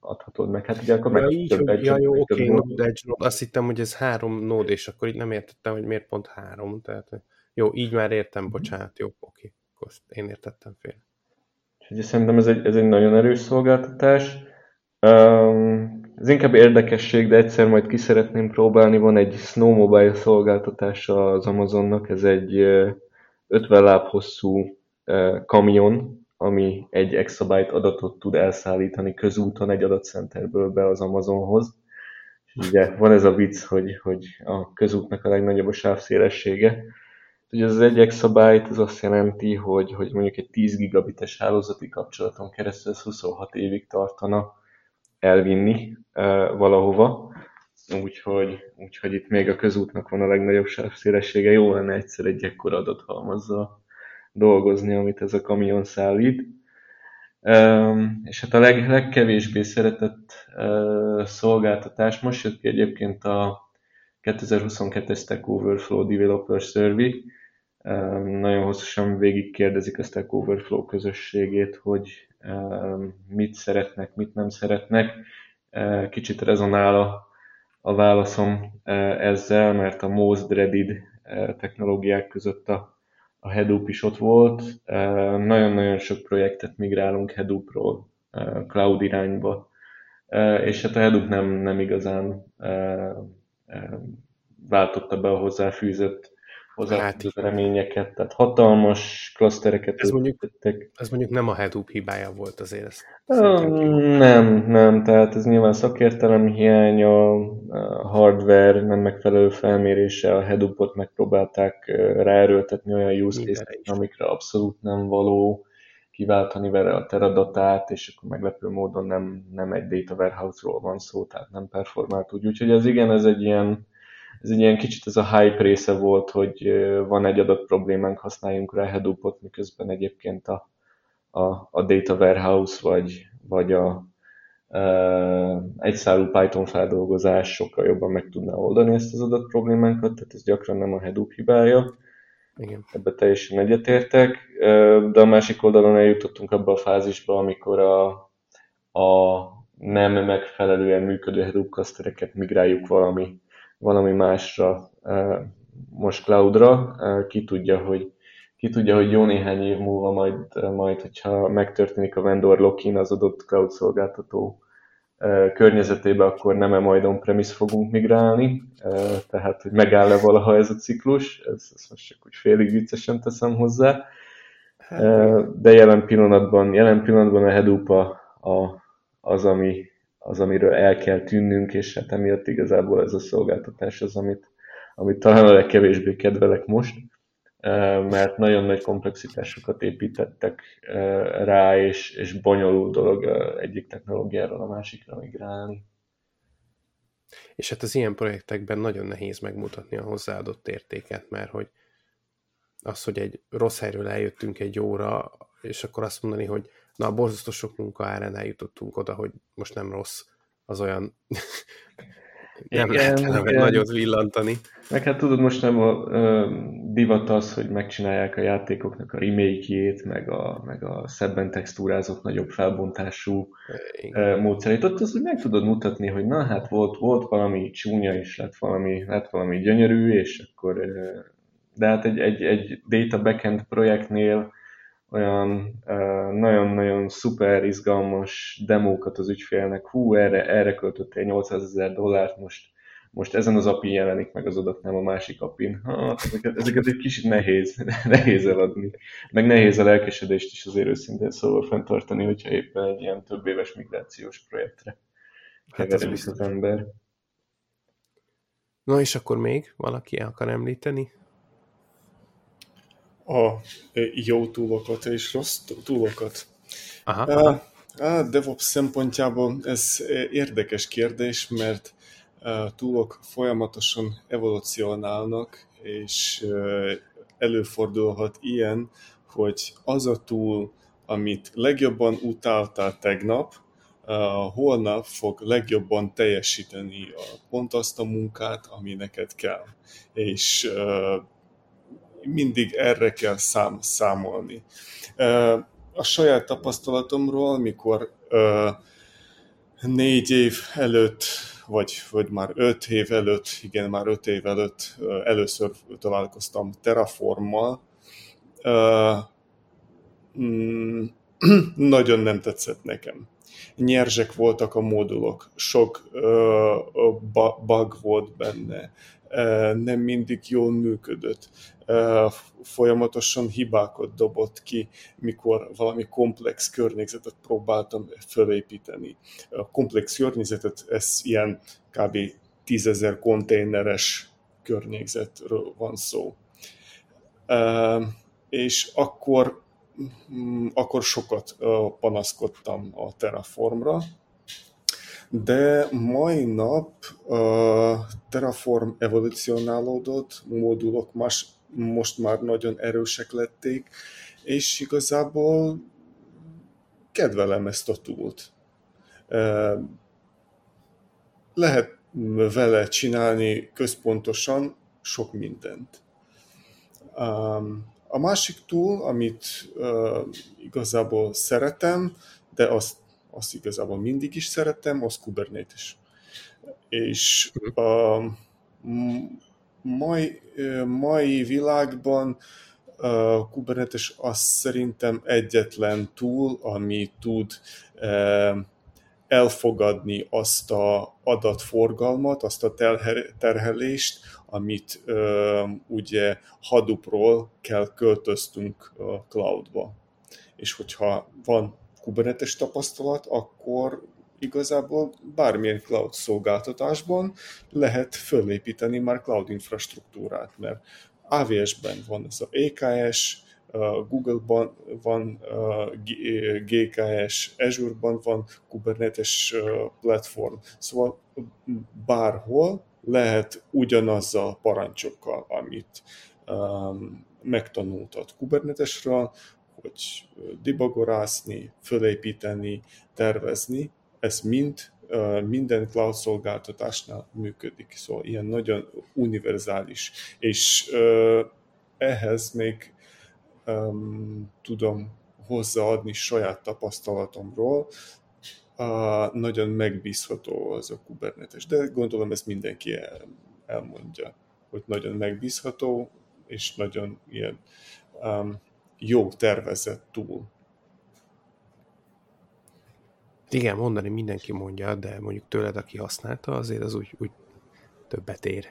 adhatod meg. Hát ugye akkor Ja, meg így, több hogy, ja, jó, oké, nód. Node Edge Node. Azt hittem, hogy ez 3 nód, és akkor így nem értettem, hogy miért pont 3. Tehát, jó, így már értem, bocsánat, jó, oké. Akkor én értettem félre. Úgyhogy szerintem ez egy nagyon erős szolgáltatás. Ez inkább érdekesség, de egyszer majd ki szeretném próbálni. Van egy Snowmobile szolgáltatása az Amazonnak, ez egy 50 láb hosszú kamion, ami 1 exabyte adatot tud elszállítani közúton egy adatcenterből be az Amazonhoz. És ugye van ez a vicc, hogy a közútnak a legnagyobb a sávszélessége. Ugye az 1 exabyte az azt jelenti, hogy mondjuk egy 10 gigabites hálózati kapcsolaton keresztül ez 26 évig tartana elvinni valahova. Úgyhogy itt még a közútnak van a legnagyobb sávszélessége. Jó lenne egyszer egy ekkora adathalmazzal dolgozni, amit ez a kamion szállít. És hát a legkevésbé szeretett szolgáltatás, most jött ki egyébként a 2022-es Stack Overflow Developer Survey. Nagyon hosszasan végigkérdezik a Stack Overflow közösségét, hogy mit szeretnek, mit nem szeretnek. Kicsit rezonál a válaszom ezzel, mert a most dreaded technológiák között a Hadoop is ott volt. Nagyon-nagyon sok projektet migrálunk Hadoopról cloud irányba, és hát a Hadoop nem igazán váltotta be a hozzáfűzött reményeket, tehát hatalmas klasztereket építettek. Ez mondjuk nem a Hadoop hibája volt azért. Ezt nem, tehát ez nyilván szakértelem hiánya, a hardware nem megfelelő felmérése, a Hadoopot megpróbálták ráerőltetni olyan use case-t, amikre abszolút nem való, kiváltani vele a teradatát, és akkor meglepő módon nem egy data warehouse-ról van szó, tehát nem performált úgy. Úgyhogy ez igen, ez egy ilyen kicsit ez a hype része volt, hogy van egy adott problémánk, használjunk rá Hadoopot, miközben egyébként a data warehouse vagy a egyszálú Python feldolgozás sokkal jobban meg tudná oldani ezt az adott problémánkat, tehát ez gyakran nem a Hadoop hibája. Igen. Ebben teljesen egyetértek, de a másik oldalon eljutottunk abba a fázisba, amikor a nem megfelelően működő Hadoop clustereket migráljuk valami másra, most cloudra. Ki tudja, hogy jó néhány év múlva majd hogyha megtörténik a vendor lock-in az adott cloud szolgáltató környezetébe, akkor nem majd on-premise fogunk migrálni, tehát hogy megáll-e valaha ez a ciklus, ezt most csak úgy félig viccesen teszem hozzá, de jelen pillanatban a Hadoop az, amiről el kell tűnnünk, és hát emiatt igazából ez a szolgáltatás az, amit talán a legkevésbé kedvelek most, mert nagyon nagy komplexitásokat építettek rá, és bonyolult dolog egyik technológiáról a másikra migrálni. És hát az ilyen projektekben nagyon nehéz megmutatni a hozzáadott értéket, mert hogy egy rossz helyről eljöttünk egy jóra, és akkor azt mondani, hogy na, borzasztó sok munka árán eljutottunk oda, hogy most nem rossz, az olyan nem lehet nagyot villantani. Meg hát tudod, most nem a divat az, hogy megcsinálják a játékoknak a remake-jét, meg a szebben textúrázott, nagyobb felbontású módszerét. Ott az, hogy meg tudod mutatni, hogy na hát volt valami csúnya, és lett valami gyönyörű, és akkor de hát egy data backend projektnél olyan nagyon-nagyon szuper izgalmas demókat az ügyfélnek, erre költöttél $800,000, most ezen az API jelenik meg az adat, nem a másik API-n. Ezeket egy kicsit nehéz eladni. Meg nehéz a lelkesedést is azért őszintén szóval fenntartani, hogyha éppen egy ilyen több éves migrációs projektre keveredik az ember. Na és akkor még valaki akar említeni? A jó túlokat és rossz túlokat. Aha. A DevOps szempontjából ez érdekes kérdés, mert túlok folyamatosan evolúcionálnak, és előfordulhat ilyen, hogy az a túl, amit legjobban utáltál tegnap, holnap fog legjobban teljesíteni pont azt a munkát, ami neked kell. És mindig erre kell számolni. A saját tapasztalatomról, mikor 4 év előtt, vagy már 5 év előtt, igen, már 5 év előtt először találkoztam Terraformmal. Nagyon nem tetszett nekem. Nyersek voltak a modulok, sok bug volt benne, nem mindig jól működött, folyamatosan hibákat dobott ki, mikor valami komplex környezetet próbáltam felépíteni. A komplex környezetet, ez ilyen kb. 10 000 konténeres környezetről van szó. És akkor sokat panaszkodtam a Terraformra, de mai nap Terraform evolúcionálódott, modulok most már nagyon erősek lették, és igazából kedvelem ezt a túlt. Lehet vele csinálni központosan sok mindent. A másik tool, amit igazából szeretem, de azt igazából mindig is szeretem, az Kubernetes. És mai világban Kubernetes az szerintem egyetlen tool, ami tud elfogadni azt az adatforgalmat, azt a terhelést, amit ugye Hadoopról kell költöztünk a cloudba. És hogyha van Kubernetes tapasztalat, akkor igazából bármilyen cloud szolgáltatásban lehet fölépíteni már cloud infrastruktúrát, mert AWS-ben van ez a EKS, Google-ban van GKS, Azure-ban van Kubernetes platform. Szóval bárhol lehet ugyanazzal a parancsokkal, amit megtanultad Kubernetesről, hogy debugorászni, fölépíteni, tervezni, ez minden cloud szolgáltatásnál működik. Szóval ilyen nagyon univerzális. És ehhez még tudom hozzáadni saját tapasztalatomról, nagyon megbízható az a Kubernetes, de gondolom ezt mindenki elmondja, hogy nagyon megbízható, és nagyon ilyen jó tervezett tool. Igen, mondani mindenki mondja, de mondjuk tőled, aki használta, azért az úgy többet ér.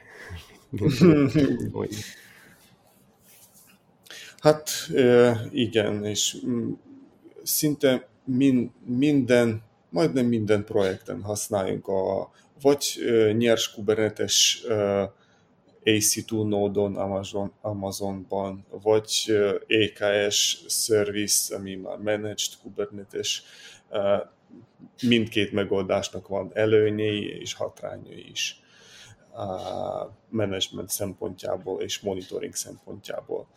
Hát igen, és szinte majdnem minden projekten használjunk vagy nyers Kubernetes AC2 nódon Amazonban, vagy EKS service, ami már managed Kubernetes. Mindkét megoldásnak van előnyei és hátrányai is management szempontjából és monitoring szempontjából.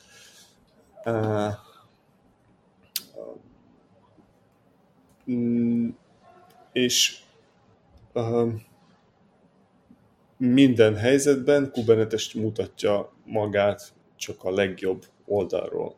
És minden helyzetben Kubernetes mutatja magát csak a legjobb oldalról.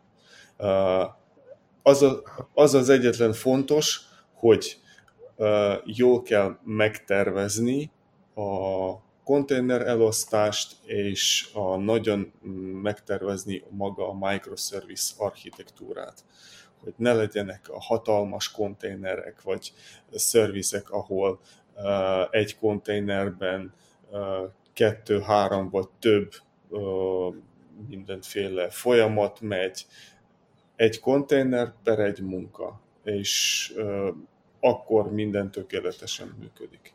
Az egyetlen fontos, hogy jól kell megtervezni a konténer elosztást, és nagyon megtervezni maga a microservice architektúrát. Hogy ne legyenek a hatalmas konténerek, vagy szervizek, ahol egy konténerben 2-3 vagy több mindenféle folyamat megy. Egy konténer per egy munka, és akkor minden tökéletesen működik.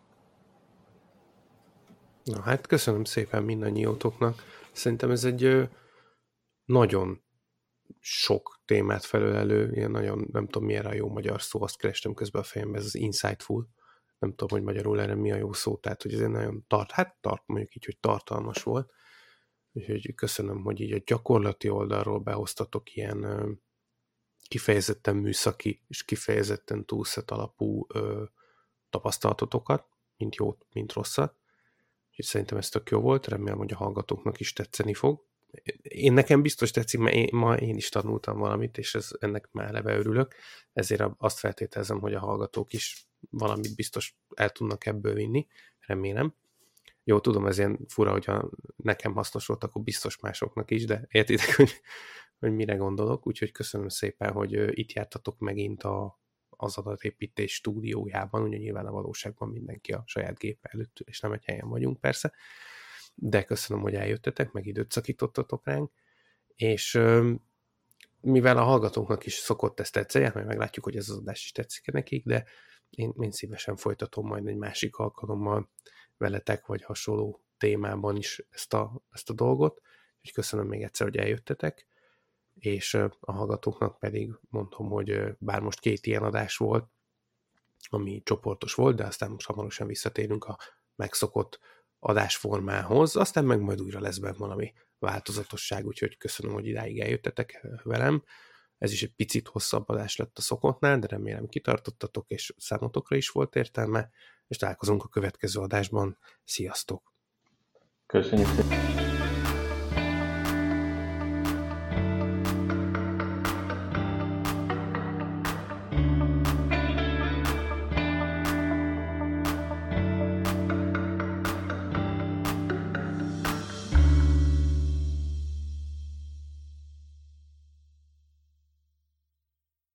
Na hát köszönöm szépen mindannyiótoknak. Szerintem ez egy nagyon sok témát felölelő, ilyen nagyon, nem tudom milyen a jó magyar szó, azt kerestem közben a fejembe, ez az insightful. Nem tudom, hogy magyarul erre mi a jó szó, tehát hogy ez egy nagyon mondjuk így, hogy tartalmas volt. Úgyhogy köszönöm, hogy így a gyakorlati oldalról behoztatok ilyen kifejezetten műszaki és kifejezetten toolset alapú tapasztalatokat, mint jót, mint rosszat. Úgyhogy szerintem ez tök jó volt, remélem, hogy a hallgatóknak is tetszeni fog. Nekem biztos tetszik, mert én is tanultam valamit, és ennek már eleve örülök, ezért azt feltételezem, hogy a hallgatók is valamit biztos el tudnak ebből vinni, remélem. Jó, tudom, ez ilyen fura, hogyha nekem hasznos volt, akkor biztos másoknak is, de értitek, hogy mire gondolok, úgyhogy köszönöm szépen, hogy itt jártatok megint az adatépítés stúdiójában, ugye nyilván a valóságban mindenki a saját gépe előtt, és nem egy helyen vagyunk persze, de köszönöm, hogy eljöttetek, meg időt szakítottatok ránk, és mivel a hallgatóknak is szokott ezt tetszeni, majd meglátjuk, hogy ez az adás is tetszik nekik, de én szívesen folytatom majd egy másik alkalommal veletek, vagy hasonló témában is ezt a dolgot, úgyhogy köszönöm még egyszer, hogy eljöttetek, és a hallgatóknak pedig mondom, hogy bár most 2 ilyen adás volt, ami csoportos volt, de aztán most hamarosan visszatérünk a megszokott adásformához, aztán meg majd újra lesz benne valami változatosság, úgyhogy köszönöm, hogy idáig eljöttetek velem. Ez is egy picit hosszabb adás lett a szokottnál, de remélem kitartottatok, és számotokra is volt értelme, és találkozunk a következő adásban. Sziasztok! Köszönjük szépen!